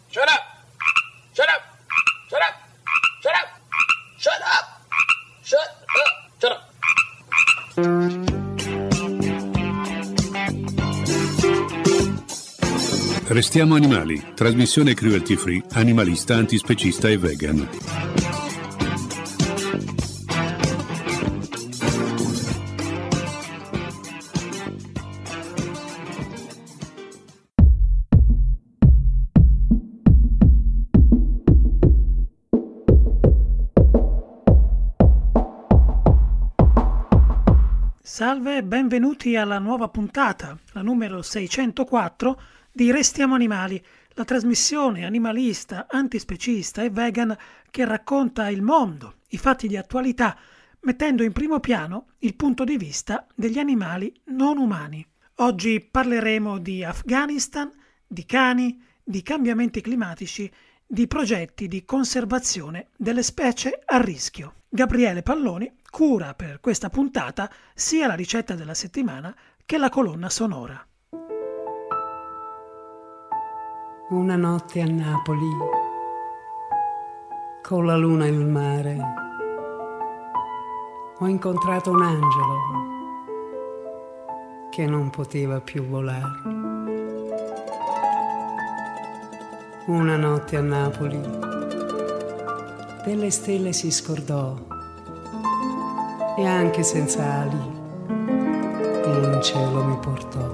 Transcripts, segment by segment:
Shut up! Shut up! Shut up! Shut up! Shut up! Shut up! Shut up! Restiamo animali, trasmissione cruelty free, animalista, antispecista e vegan. Salve e benvenuti alla nuova puntata, la numero 604 di Restiamo Animali, la trasmissione animalista, antispecista e vegan che racconta il mondo, i fatti di attualità, mettendo in primo piano il punto di vista degli animali non umani. Oggi parleremo di Afghanistan, di cani, di cambiamenti climatici, di progetti di conservazione delle specie a rischio. Gabriele Palloni cura per questa puntata sia la ricetta della settimana che la colonna sonora. Una notte a Napoli, con la luna e il mare, ho incontrato un angelo che non poteva più volare. Una notte a Napoli, delle stelle si scordò e anche senza ali in cielo mi portò.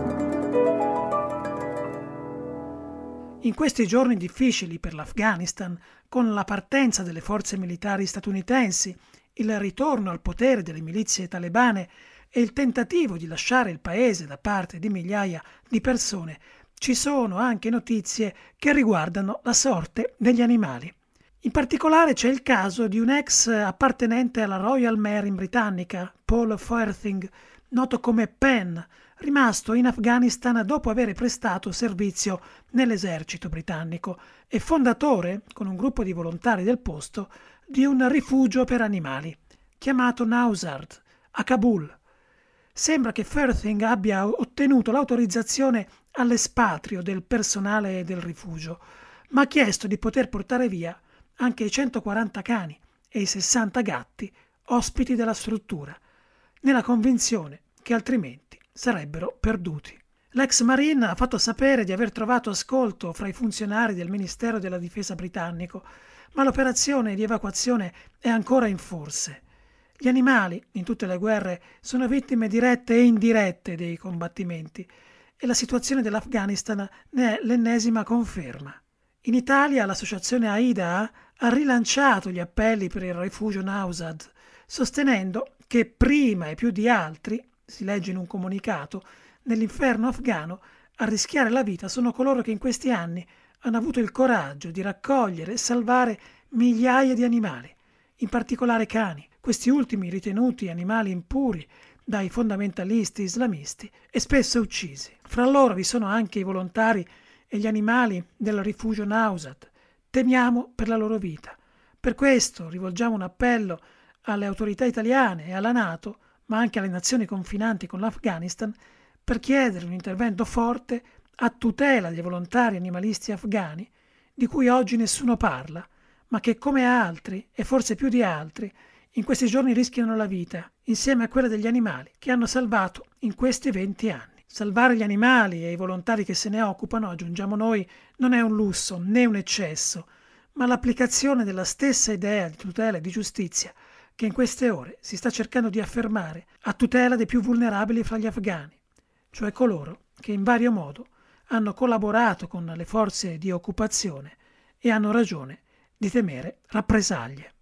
In questi giorni difficili per l'Afghanistan, con la partenza delle forze militari statunitensi, il ritorno al potere delle milizie talebane e il tentativo di lasciare il paese da parte di migliaia di persone, ci sono anche notizie che riguardano la sorte degli animali. In particolare c'è il caso di un ex appartenente alla Royal Marine britannica, Paul Firthing, noto come Penn, rimasto in Afghanistan dopo aver prestato servizio nell'esercito britannico e fondatore, con un gruppo di volontari del posto, di un rifugio per animali, chiamato Nowzard, a Kabul. Sembra che Firthing abbia ottenuto l'autorizzazione all'espatrio del personale del rifugio, ma ha chiesto di poter portare via anche i 140 cani e i 60 gatti ospiti della struttura, nella convinzione che altrimenti sarebbero perduti. L'ex Marine ha fatto sapere di aver trovato ascolto fra i funzionari del Ministero della Difesa britannico, ma l'operazione di evacuazione è ancora in forse. Gli animali, in tutte le guerre, sono vittime dirette e indirette dei combattimenti e la situazione dell'Afghanistan ne è l'ennesima conferma. In Italia l'associazione AIDA ha rilanciato gli appelli per il rifugio Nowzard, sostenendo che prima e più di altri, si legge in un comunicato, nell'inferno afghano a rischiare la vita sono coloro che in questi anni hanno avuto il coraggio di raccogliere e salvare migliaia di animali, in particolare cani, questi ultimi ritenuti animali impuri dai fondamentalisti islamisti e spesso uccisi. Fra loro vi sono anche i volontari e gli animali del rifugio Nowzard. Temiamo per la loro vita. Per questo rivolgiamo un appello alle autorità italiane e alla NATO, ma anche alle nazioni confinanti con l'Afghanistan, per chiedere un intervento forte a tutela dei volontari animalisti afghani, di cui oggi nessuno parla, ma che come altri, e forse più di altri, in questi giorni rischiano la vita, insieme a quella degli animali che hanno salvato in questi 20 anni. Salvare gli animali e i volontari che se ne occupano, aggiungiamo noi, non è un lusso né un eccesso, ma l'applicazione della stessa idea di tutela e di giustizia che in queste ore si sta cercando di affermare a tutela dei più vulnerabili fra gli afghani, cioè coloro che in vario modo hanno collaborato con le forze di occupazione e hanno ragione di temere rappresaglie.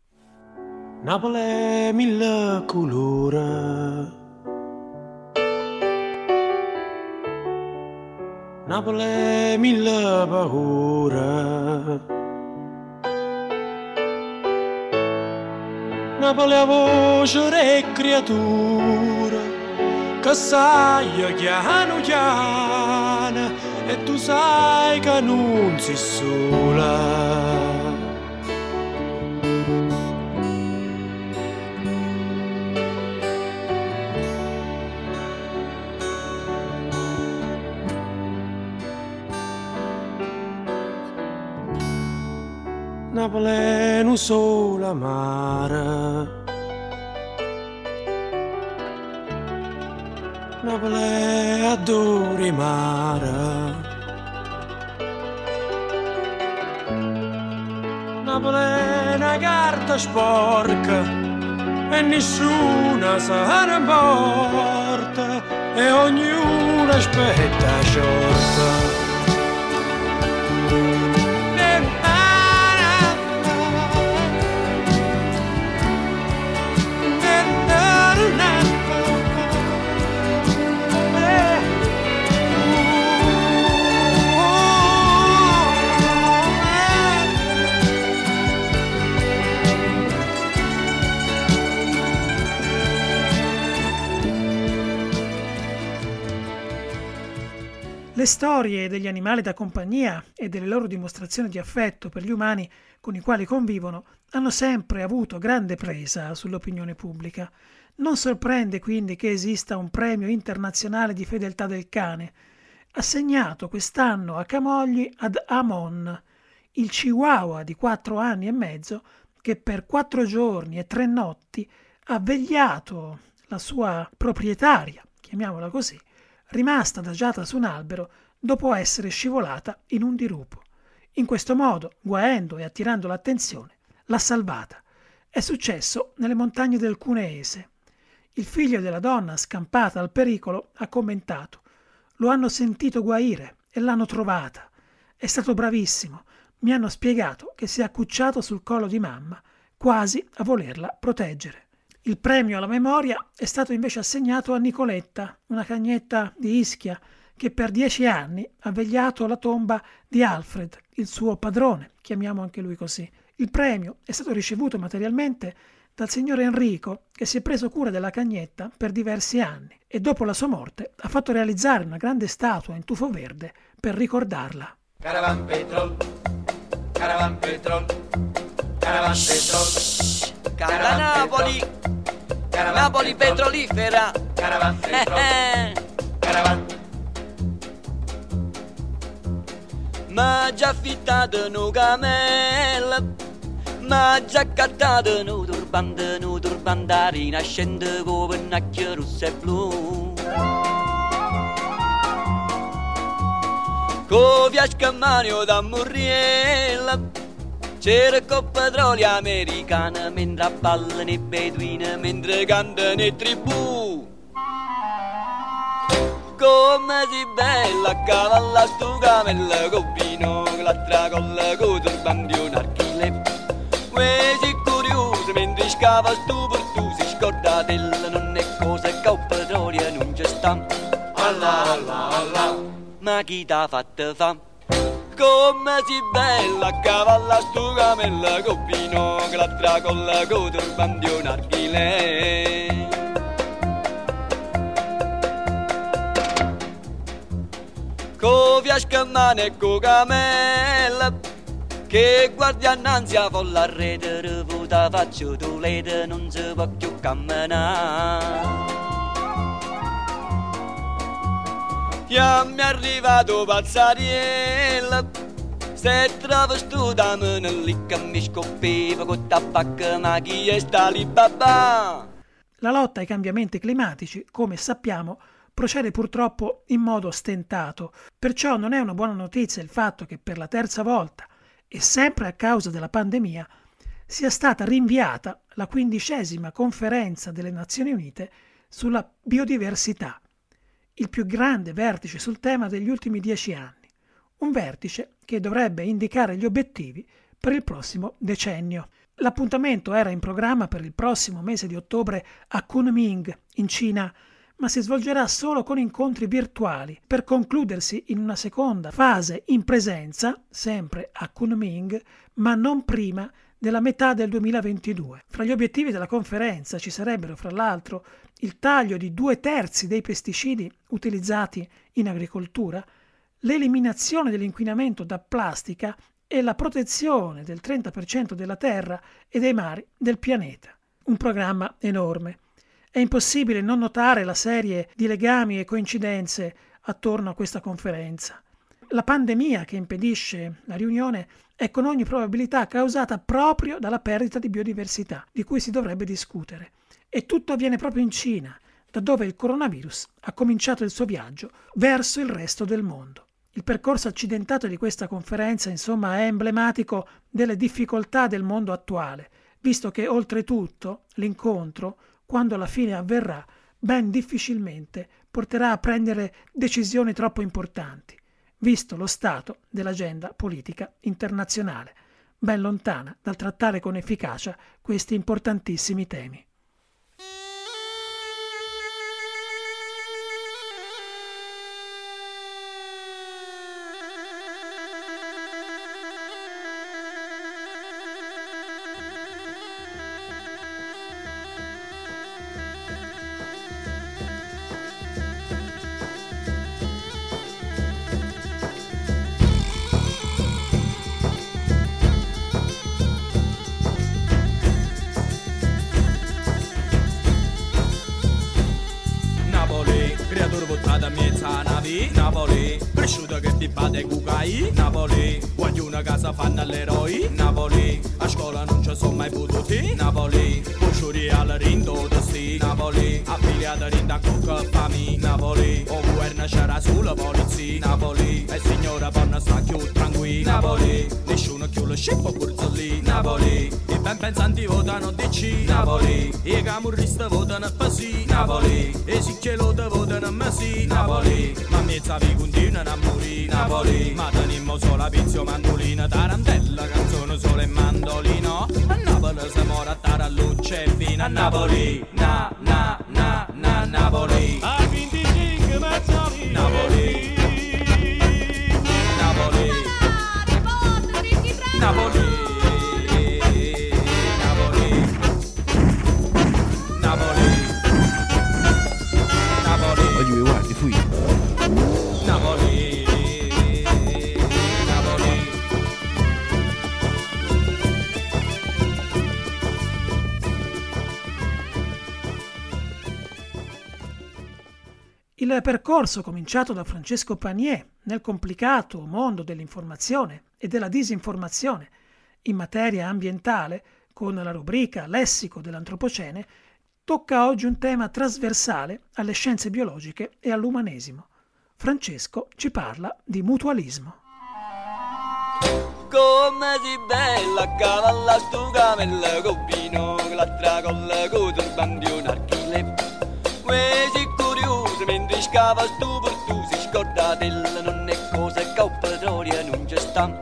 Napoli mille colore, Napoli mille paure, Napoli a voce e creatura, che sai chiano chiano e tu sai che non sei sola. Napoli non sola mare, Napoli adori mare, Napoli è una carta sporca e nessuna se ne importa e ognuno aspetta sciorta. Le storie degli animali da compagnia e delle loro dimostrazioni di affetto per gli umani con i quali convivono hanno sempre avuto grande presa sull'opinione pubblica. Non sorprende quindi che esista un premio internazionale di fedeltà del cane, assegnato quest'anno a Camogli ad Amon, il chihuahua di 4 anni e mezzo che per 4 giorni e 3 notti ha vegliato la sua proprietaria, chiamiamola così, rimasta adagiata su un albero dopo essere scivolata in un dirupo. In questo modo, guaendo e attirando l'attenzione, l'ha salvata. È successo nelle montagne del Cuneese. Il figlio della donna scampata al pericolo ha commentato: «Lo hanno sentito guaire e l'hanno trovata. È stato bravissimo. Mi hanno spiegato che si è accucciato sul collo di mamma, quasi a volerla proteggere». Il premio alla memoria è stato invece assegnato a Nicoletta, una cagnetta di Ischia, che per 10 anni ha vegliato la tomba di Alfred, il suo padrone, chiamiamo anche lui così. Il premio è stato ricevuto materialmente dal signor Enrico, che si è preso cura della cagnetta per diversi anni e dopo la sua morte ha fatto realizzare una grande statua in tufo verde per ricordarla. Caravan petrol, caravan petrol, caravan petrol, Cara Napoli, Napoli petrolifera. Caravan petrol, caravan. Ma già affittato no camel, ma già accattato no turbante rinascente con pennacchio rosso e blu. Con via Scammanio da Murriella c'era con petrolio americana, mentre ballano i beduini, mentre cantano i tribù. Come si bella a cavalla sto camella con vino, con l'altra colla con turbante un archile. Uè si curioso mentre scava sto portu, si scorda della non è cosa che il petrolio non ci sta. Allah, Allah, Allah. Ma chi t'ha fatto fa? Come si bella a cavalla sto camella con vino, con l'altra colla con turbante un archile. Con via Scammane e con camella che guardia annanzi a folla a rete, revuta faccio dolete, non si può più camminare. Io mi è arrivato Pazzariella, se travestuta me lì che mi scopriva con tabacco, ma chi è sta lì babà? La lotta ai cambiamenti climatici, come sappiamo, procede purtroppo in modo stentato, perciò non è una buona notizia il fatto che per la terza volta, e sempre a causa della pandemia, sia stata rinviata la 15ª conferenza delle Nazioni Unite sulla biodiversità, il più grande vertice sul tema degli ultimi 10 anni, un vertice che dovrebbe indicare gli obiettivi per il prossimo decennio. L'appuntamento era in programma per il prossimo mese di ottobre a Kunming, in Cina, ma si svolgerà solo con incontri virtuali per concludersi in una seconda fase in presenza, sempre a Kunming, ma non prima della metà del 2022. Fra gli obiettivi della conferenza ci sarebbero, fra l'altro, il taglio di 2/3 dei pesticidi utilizzati in agricoltura, l'eliminazione dell'inquinamento da plastica e la protezione del 30% della terra e dei mari del pianeta. Un programma enorme. È impossibile non notare la serie di legami e coincidenze attorno a questa conferenza. La pandemia che impedisce la riunione è con ogni probabilità causata proprio dalla perdita di biodiversità, di cui si dovrebbe discutere. E tutto avviene proprio in Cina, da dove il coronavirus ha cominciato il suo viaggio verso il resto del mondo. Il percorso accidentato di questa conferenza, insomma, è emblematico delle difficoltà del mondo attuale, visto che oltretutto l'incontro, quando alla fine avverrà, ben difficilmente porterà a prendere decisioni troppo importanti, visto lo stato dell'agenda politica internazionale, ben lontana dal trattare con efficacia questi importantissimi temi. Creatura buttata a mezza navi, Napoli, cresciuta che ti batte cucai, Napoli, voglio una casa fanno all'eroi, Napoli, a scuola non ci sono mai potuti, Napoli, cucciuri al rindo tosti, Napoli, affiliata rinda cucca fami, Napoli, o governo c'era sulla polizia, Napoli, e signora panna sta più tranquilla, Napoli, nessuno più lo scippo Burzolli, Napoli, i ben pensanti votano DC, Napoli, i camurristi votano PSI, Napoli, e si che lo votano Messi, Napoli, ma mezza vi continuano a morire, Napoli, ma tenimmo solo pizio mandolina, tarantella, canzone solo e mandolino, a Napoli se muore a tara luce e vino, a Napoli, Napoli, a 25 mezz'ori, Napoli, Napoli, Napoli, Voglio i guardi, fui. Napoli, Napoli. Il percorso cominciato da Francesco Panier nel complicato mondo dell'informazione e della disinformazione in materia ambientale, con la rubrica Lessico dell'Antropocene, tocca oggi un tema trasversale alle scienze biologiche e all'umanesimo. Francesco ci parla di mutualismo. Come si bella cavalla stu camella copino, l'altra con la turbante un archile. Si curioso mentre scava stu per tu si scordatella, non è cosa che o petrolio non c'è sta.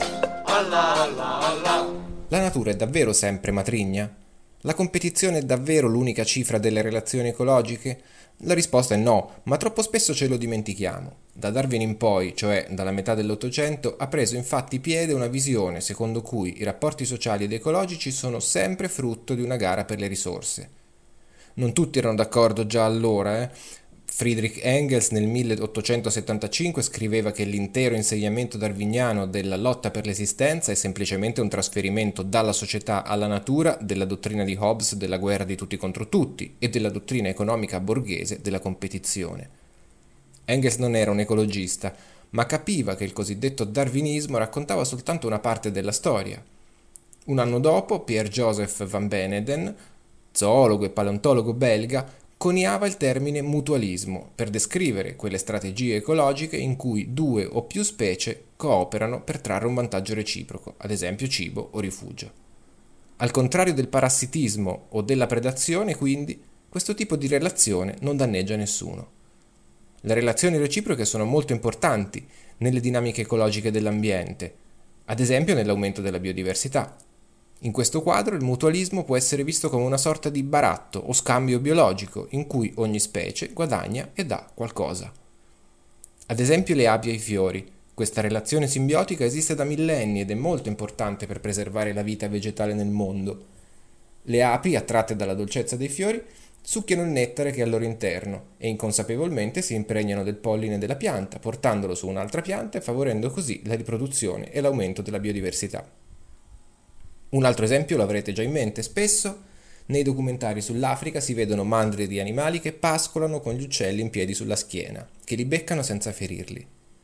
La natura è davvero sempre matrigna? La competizione è davvero l'unica cifra delle relazioni ecologiche? La risposta è no, ma troppo spesso ce lo dimentichiamo. Da Darwin in poi, cioè dalla metà dell'Ottocento, ha preso infatti piede una visione secondo cui i rapporti sociali ed ecologici sono sempre frutto di una gara per le risorse. Non tutti erano d'accordo già allora, Friedrich Engels nel 1875 scriveva che l'intero insegnamento darwiniano della lotta per l'esistenza è semplicemente un trasferimento dalla società alla natura della dottrina di Hobbes della guerra di tutti contro tutti e della dottrina economica borghese della competizione. Engels non era un ecologista, ma capiva che il cosiddetto darwinismo raccontava soltanto una parte della storia. Un anno dopo, Pierre Joseph van Beneden, zoologo e paleontologo belga, coniava il termine mutualismo per descrivere quelle strategie ecologiche in cui due o più specie cooperano per trarre un vantaggio reciproco, ad esempio cibo o rifugio. Al contrario del parassitismo o della predazione, quindi, questo tipo di relazione non danneggia nessuno. Le relazioni reciproche sono molto importanti nelle dinamiche ecologiche dell'ambiente, ad esempio nell'aumento della biodiversità. In questo quadro il mutualismo può essere visto come una sorta di baratto o scambio biologico in cui ogni specie guadagna e dà qualcosa. Ad esempio le api ai fiori. Questa relazione simbiotica esiste da millenni ed è molto importante per preservare la vita vegetale nel mondo. Le api, attratte dalla dolcezza dei fiori, succhiano il nettare che è al loro interno e inconsapevolmente si impregnano del polline della pianta, portandolo su un'altra pianta e favorendo così la riproduzione e l'aumento della biodiversità. Un altro esempio lo avrete già in mente, spesso nei documentari sull'Africa si vedono mandrie di animali che pascolano con gli uccelli in piedi sulla schiena, che li beccano senza ferirli.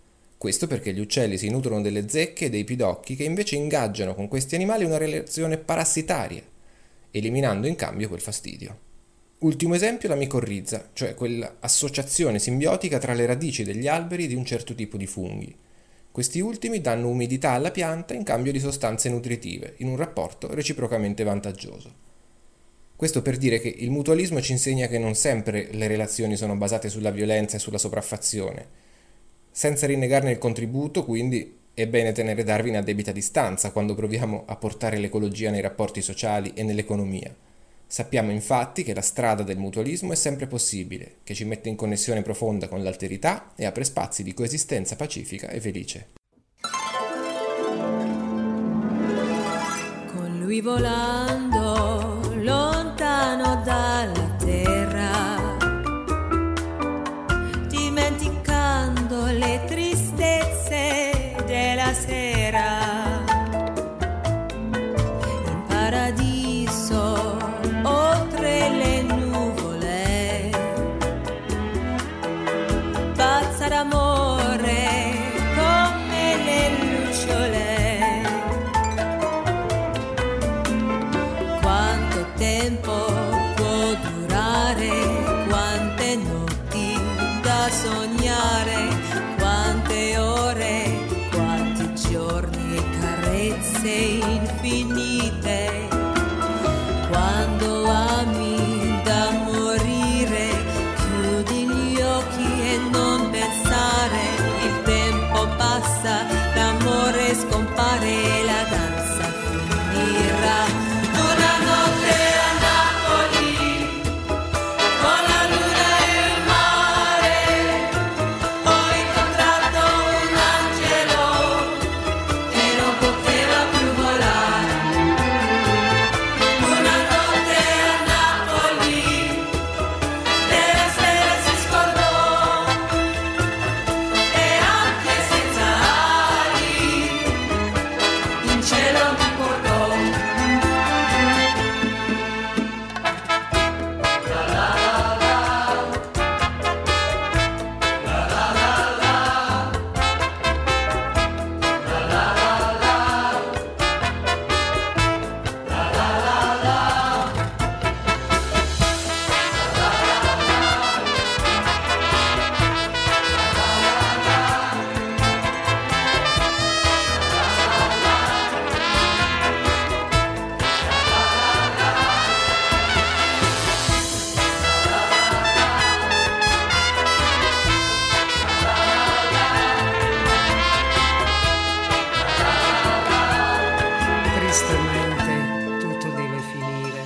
Questo perché gli uccelli si nutrono delle zecche e dei pidocchi che invece ingaggiano con questi animali una relazione parassitaria, eliminando in cambio quel fastidio. Ultimo esempio la micorrizza, cioè quell'associazione simbiotica tra le radici degli alberi di un certo tipo di funghi. Questi ultimi danno umidità alla pianta in cambio di sostanze nutritive, in un rapporto reciprocamente vantaggioso. Questo per dire che il mutualismo ci insegna che non sempre le relazioni sono basate sulla violenza e sulla sopraffazione. Senza rinnegarne il contributo, quindi, è bene tenere Darwin a debita distanza quando proviamo a portare l'ecologia nei rapporti sociali e nell'economia. Sappiamo infatti che la strada del mutualismo è sempre possibile, che ci mette in connessione profonda con l'alterità e apre spazi di coesistenza pacifica e felice. Con lui volando lontano dalla terra, dimenticando le tristezze della sera, in paradiso oltre le nuvole, pazza d'amore come le lucciole. Quanto tempo può durare, quante notti da sognare, quante ore, quanti giorni, carezze infinite. Quando ami da morire, chiudi gli occhi e non pensare, il tempo passa, l'amore scompare, la danza finirà. Una notte a Napoli, con la luna e il mare, ho incontrato un angelo che non poteva più volare. Una notte a Napoli, delle stelle si scordò, e anche senza ali, in cielo mi portò. Tristemente tutto deve finire.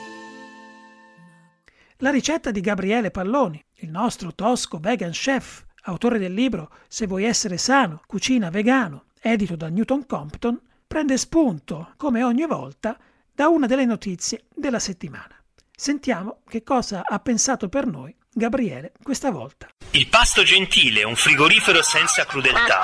La ricetta di Gabriele Palloni, il nostro tosco vegan chef, autore del libro Se vuoi essere sano, cucina vegano, edito da Newton Compton, prende spunto, come ogni volta, da una delle notizie della settimana. Sentiamo che cosa ha pensato per noi Gabriele questa volta. Il pasto gentile, un frigorifero senza crudeltà.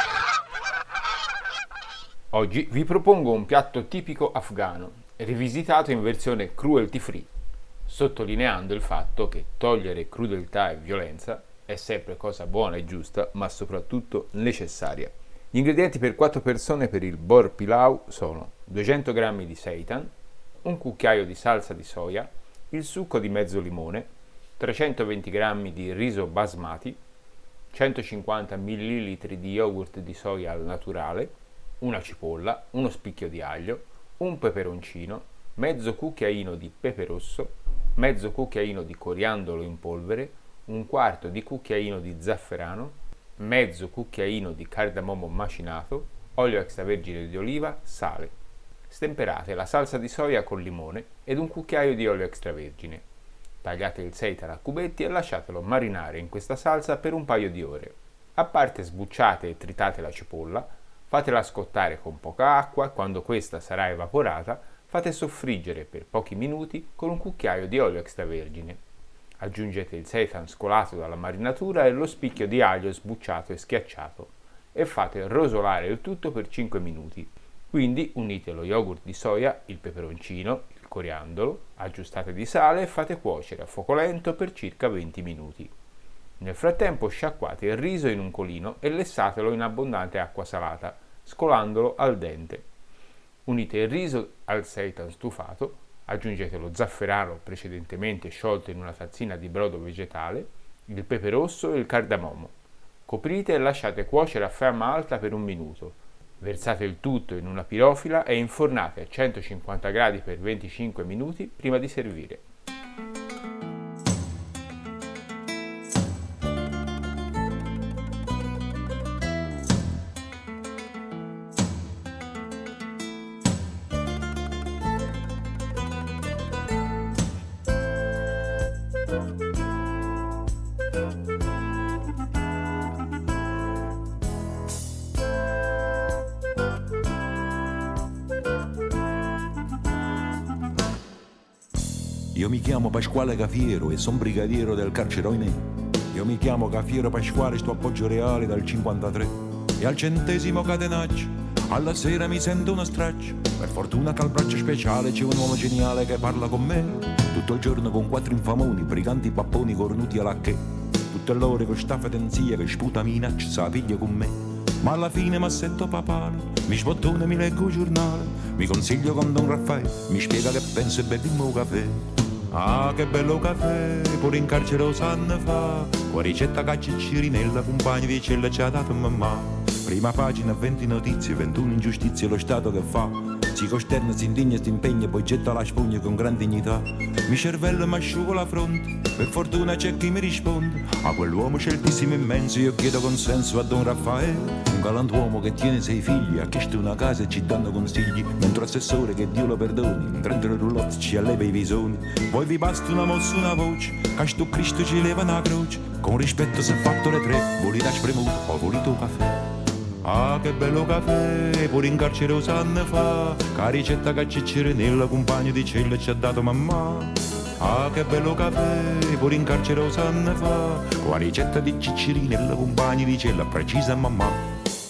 Oggi vi propongo un piatto tipico afghano, rivisitato in versione cruelty free, sottolineando il fatto che togliere crudeltà e violenza è sempre cosa buona e giusta, ma soprattutto necessaria. Gli ingredienti per 4 persone per il bor pilau sono 200 g di seitan, un cucchiaio di salsa di soia, il succo di mezzo limone, 320 g di riso basmati, 150 ml di yogurt di soia al naturale, una cipolla, uno spicchio di aglio, un peperoncino, mezzo cucchiaino di pepe rosso, mezzo cucchiaino di coriandolo in polvere, un quarto di cucchiaino di zafferano, mezzo cucchiaino di cardamomo macinato, olio extravergine di oliva, sale. Stemperate la salsa di soia con limone ed un cucchiaio di olio extravergine. Tagliate il seitan a cubetti e lasciatelo marinare in questa salsa per un paio di ore. A parte sbucciate e tritate la cipolla, fatela scottare con poca acqua e quando questa sarà evaporata fate soffriggere per pochi minuti con un cucchiaio di olio extravergine. Aggiungete il seitan scolato dalla marinatura e lo spicchio di aglio sbucciato e schiacciato e fate rosolare il tutto per 5 minuti. Quindi unite lo yogurt di soia, il peperoncino, il coriandolo, aggiustate di sale e fate cuocere a fuoco lento per circa 20 minuti. Nel frattempo sciacquate il riso in un colino e lessatelo in abbondante acqua salata, scolandolo al dente. Unite il riso al seitan stufato, aggiungete lo zafferano precedentemente sciolto in una tazzina di brodo vegetale, il pepe rosso e il cardamomo. Coprite e lasciate cuocere a fiamma alta per 1 minuto. Versate il tutto in una pirofila e infornate a 150 gradi per 25 minuti prima di servire. Io mi chiamo Pasquale Cafiero e son brigadiero del carcere Oinè. Io mi chiamo Cafiero Pasquale, sto appoggio reale dal 53. E al 100° catenaccio, alla sera mi sento uno straccio. Per fortuna che al braccio speciale c'è un uomo geniale che parla con me. Tutto il giorno con 4 infamoni, briganti papponi cornuti alla che. Tutte l'ore con sta fedenzia che sputa minaccia, sa figlia con me. Ma alla fine m'assetto papale, mi sbottone, mi leggo il giornale, mi consiglio con Don Raffaele, mi spiega che penso e bevimmo un caffè. Ah, che bello caffè, pure in carcere lo sanno fa, con ricetta caccia Cirinella, compagni di cella ci ha dato mamma. Prima pagina, 20 notizie, 21 ingiustizie, lo Stato che fa. Si costerna, si indigna, si impegna, poi getta la spugna con gran dignità. Mi cervello mi asciugo la fronte, per fortuna c'è chi mi risponde. A quell'uomo sceltissimo immenso io chiedo consenso a Don Raffaele. Un galantuomo che tiene 6 figli, ha chiesto una casa e ci danno consigli. Mentre assessore, che Dio lo perdoni, in 30 roulotte ci alleva i visoni. Poi vi basta una mossa, una voce, che sto Cristo ci leva una croce. Con rispetto se fatto le 3, volete spremuto o volete un caffè. Ah, che bello caffè, pure in carcere lo sanno fa, che ricetta che Cirinella, compagno di cella ci ha dato mamma. Ah, che bello caffè, pure in carcere lo sanno fa, con ricetta di Cirinella, compagni di cella, precisa mamma.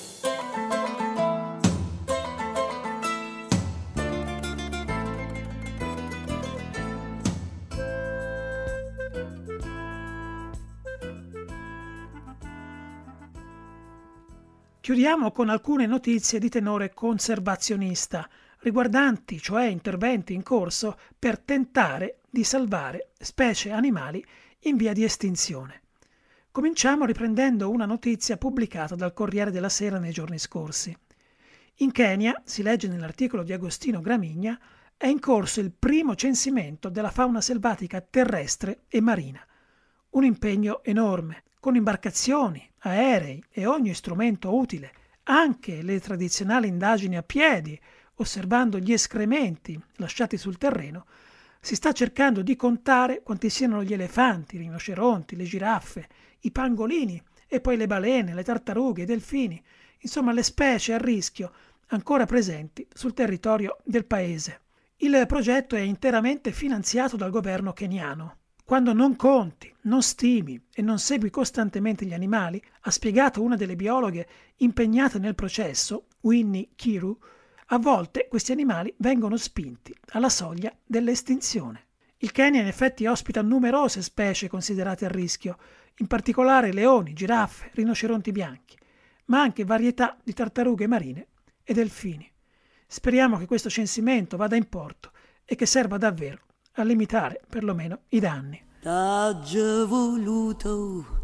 Chiudiamo con alcune notizie di tenore conservazionista, riguardanti cioè interventi in corso per tentare di salvare specie animali in via di estinzione. Cominciamo riprendendo una notizia pubblicata dal Corriere della Sera nei giorni scorsi. In Kenya, si legge nell'articolo di Agostino Gramigna, è in corso il primo censimento della fauna selvatica terrestre e marina. Un impegno enorme, con imbarcazioni, aerei e ogni strumento utile, anche le tradizionali indagini a piedi, osservando gli escrementi lasciati sul terreno, si sta cercando di contare quanti siano gli elefanti, i rinoceronti, le giraffe, i pangolini e poi le balene, le tartarughe, i delfini, insomma le specie a rischio ancora presenti sul territorio del paese. Il progetto è interamente finanziato dal governo keniano. Quando non conti, non stimi e non segui costantemente gli animali, ha spiegato una delle biologhe impegnate nel processo, Winnie Kiru, a volte questi animali vengono spinti alla soglia dell'estinzione. Il Kenya in effetti ospita numerose specie considerate a rischio, in particolare leoni, giraffe, rinoceronti bianchi, ma anche varietà di tartarughe marine e delfini. Speriamo che questo censimento vada in porto e che serva davvero a limitare perlomeno i danni. T'ha già voluto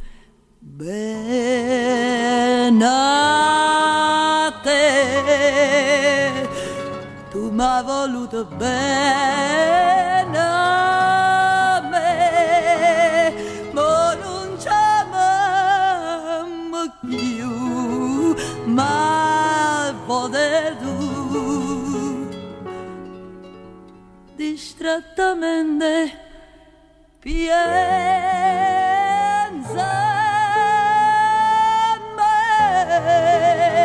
bene a te, tu m'hai voluto bene a me, ma non ci amiamo più, ma poter tu distrattamente piensa me.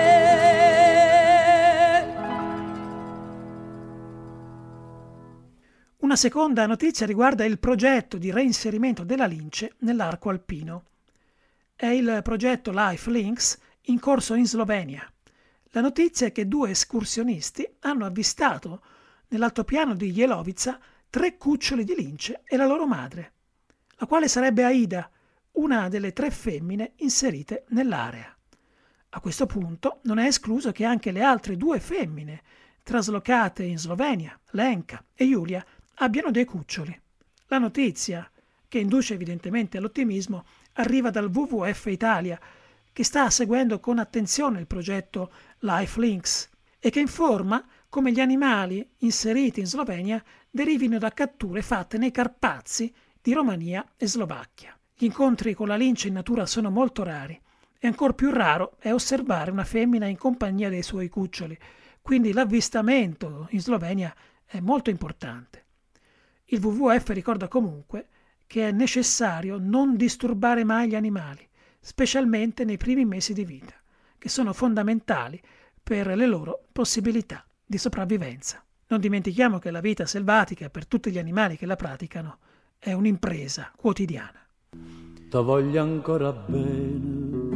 Una seconda notizia riguarda il progetto di reinserimento della lince nell'arco alpino. È il progetto Life Links in corso in Slovenia. La notizia è che 2 escursionisti hanno avvistato nell'altopiano di Jelovica 3 cuccioli di lince e la loro madre, la quale sarebbe Aida, una delle 3 femmine inserite nell'area. A questo punto non è escluso che anche le altre 2 femmine, traslocate in Slovenia, Lenka e Julia, abbiano dei cuccioli. La notizia, che induce evidentemente all'ottimismo, arriva dal WWF Italia, che sta seguendo con attenzione il progetto LifeLinks e che informa come gli animali inseriti in Slovenia derivino da catture fatte nei Carpazi di Romania e Slovacchia. Gli incontri con la lince in natura sono molto rari e ancor più raro è osservare una femmina in compagnia dei suoi cuccioli, quindi l'avvistamento in Slovenia è molto importante. Il WWF ricorda comunque che è necessario non disturbare mai gli animali, specialmente nei primi mesi di vita, che sono fondamentali per le loro possibilità di sopravvivenza. Non dimentichiamo che la vita selvatica, per tutti gli animali che la praticano, è un'impresa quotidiana. Ti voglio ancora bene,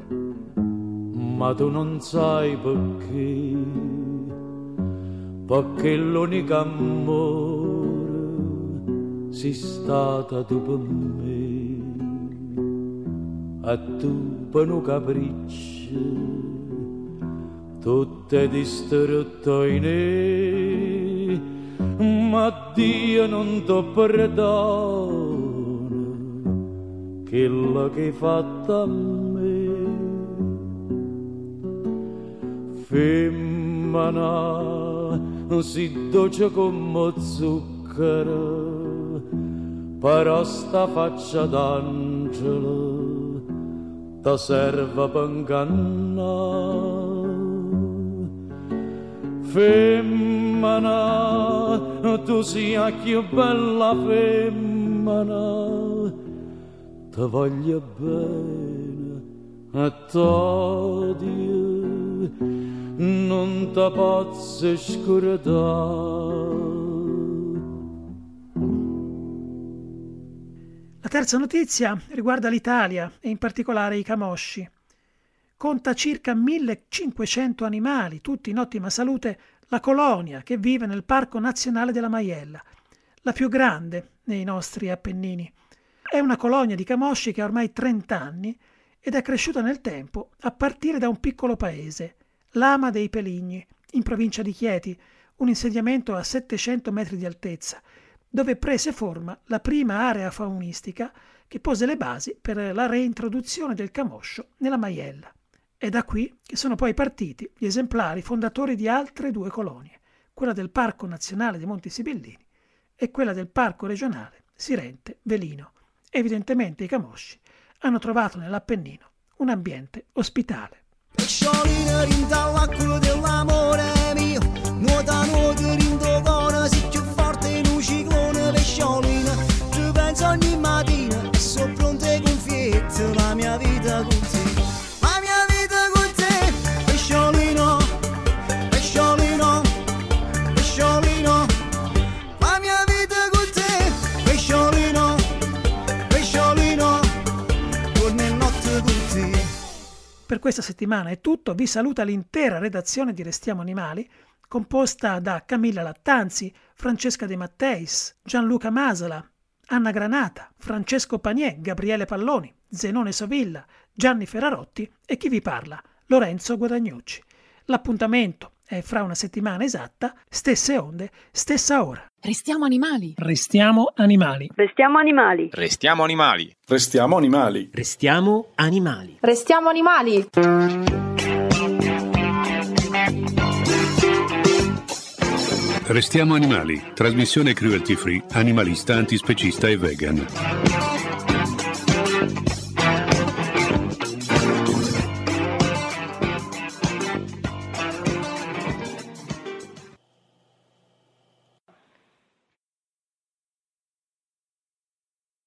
ma tu non sai perché l'unico amore sei stata tu per me, e tu per un capriccio tutte distrutte in me, ma Dio non ti perdona quello che hai fatto a me. Femmina si dolce come zucchero, però sta faccia d'angelo ti serve per ingannare. Femmina, tu sia più bella femmina, ti voglio bene e t'odio, non ti posso scordare. La terza notizia riguarda l'Italia e in particolare i camosci. Conta circa 1500 animali, tutti in ottima salute, la colonia che vive nel Parco Nazionale della Maiella, la più grande nei nostri Appennini. È una colonia di camosci che ha ormai 30 anni ed è cresciuta nel tempo a partire da un piccolo paese, Lama dei Peligni, in provincia di Chieti, un insediamento a 700 metri di altezza, dove prese forma la prima area faunistica che pose le basi per la reintroduzione del camoscio nella Maiella. È da qui che sono poi partiti gli esemplari fondatori di altre 2 colonie, quella del Parco Nazionale dei Monti Sibillini e quella del Parco Regionale Sirente-Velino. Evidentemente i camosci hanno trovato nell'Appennino un ambiente ospitale. Pesciolina rinda all'acqua dell'amore mio, nuota rinda cuore, sei più forte in un ciclone. Pesciolina, ci penso ogni mattina, sono pronte confiette, la mia vita con te. Per questa settimana è tutto, vi saluta l'intera redazione di Restiamo Animali, composta da Camilla Lattanzi, Francesca De Matteis, Gianluca Masala, Anna Granata, Francesco Panier, Gabriele Palloni, Zenone Sovilla, Gianni Ferrarotti e chi vi parla, Lorenzo Guadagnucci. L'appuntamento è fra una settimana esatta, stesse onde, stessa ora. Restiamo animali. Restiamo animali. Restiamo animali. Restiamo animali. Restiamo animali. Restiamo animali. Restiamo animali. Restiamo animali. Trasmissione cruelty free, animalista, antispecista e vegan.